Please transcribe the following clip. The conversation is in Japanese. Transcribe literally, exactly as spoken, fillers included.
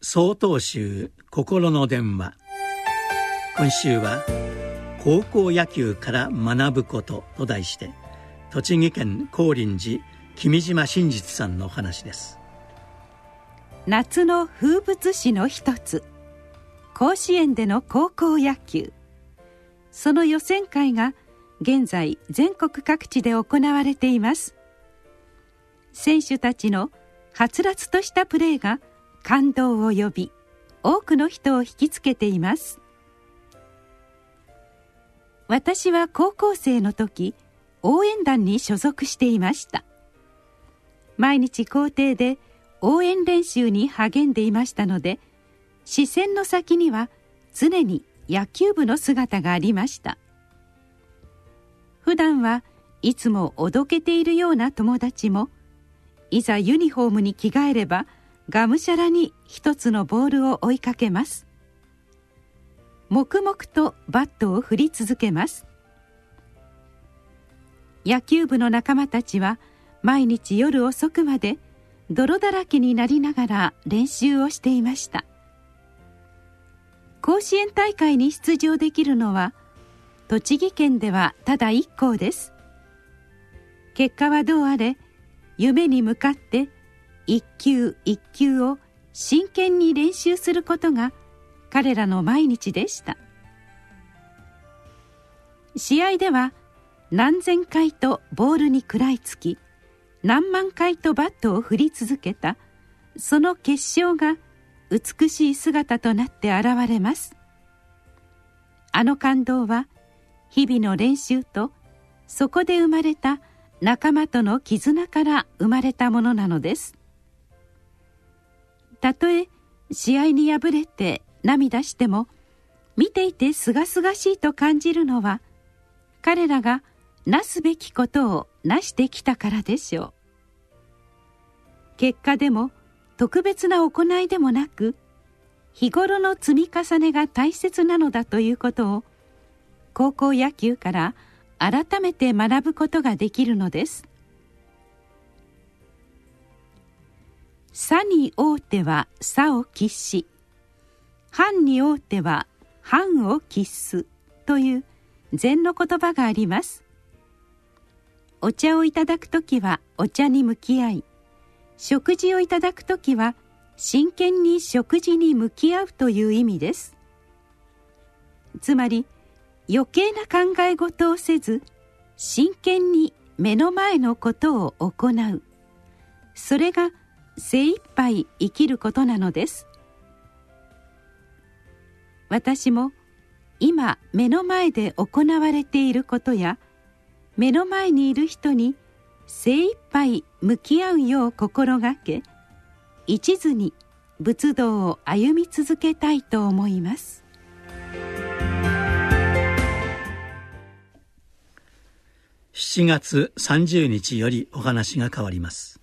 曹洞宗心の電話。今週は高校野球から学ぶことと題して、栃木県高林寺君島真実さんのお話です。 夏の風物詩の一つ、甲子園での高校野球。その予選会が現在全国各地で行われています。選手たちのはつらつとしたプレーが感動を呼び、多くの人を引きつけています。私は高校生の時、応援団に所属していました。毎日校庭で応援練習に励んでいましたので、視線の先には常に野球部の姿がありました。普段はいつもおどけているような友達も、いざユニフォームに着替えればがむしゃらに一つのボールを追いかけます。黙々とバットを振り続けます。野球部の仲間たちは毎日夜遅くまで泥だらけになりながら練習をしていました。甲子園大会に出場できるのは栃木県ではただ一校です。結果はどうあれ、夢に向かって一球一球を真剣に練習することが彼らの毎日でした。試合では何千回とボールに食らいつき、何万回とバットを振り続けた、その結晶が美しい姿となって現れます。あの感動は日々の練習と、そこで生まれた仲間との絆から生まれたものなのです。たとえ試合に敗れて涙しても、見ていてすがすがしいと感じるのは、彼らがなすべきことをなしてきたからでしょう。結果でも特別な行いでもなく、日頃の積み重ねが大切なのだということを、高校野球から改めて学ぶことができるのです。差に応ては差を喫し、反に応ては反を喫すという禅の言葉があります。お茶をいただくときはお茶に向き合い、食事をいただくときは真剣に食事に向き合うという意味です。つまり余計な考え事をせず、真剣に目の前のことを行う。それが精一杯生きることなのです。私も今目の前で行われていることや、目の前にいる人に精一杯向き合うよう心がけ、一途に仏道を歩み続けたいと思います。 しちがつさんじゅうにちよりお話が変わります。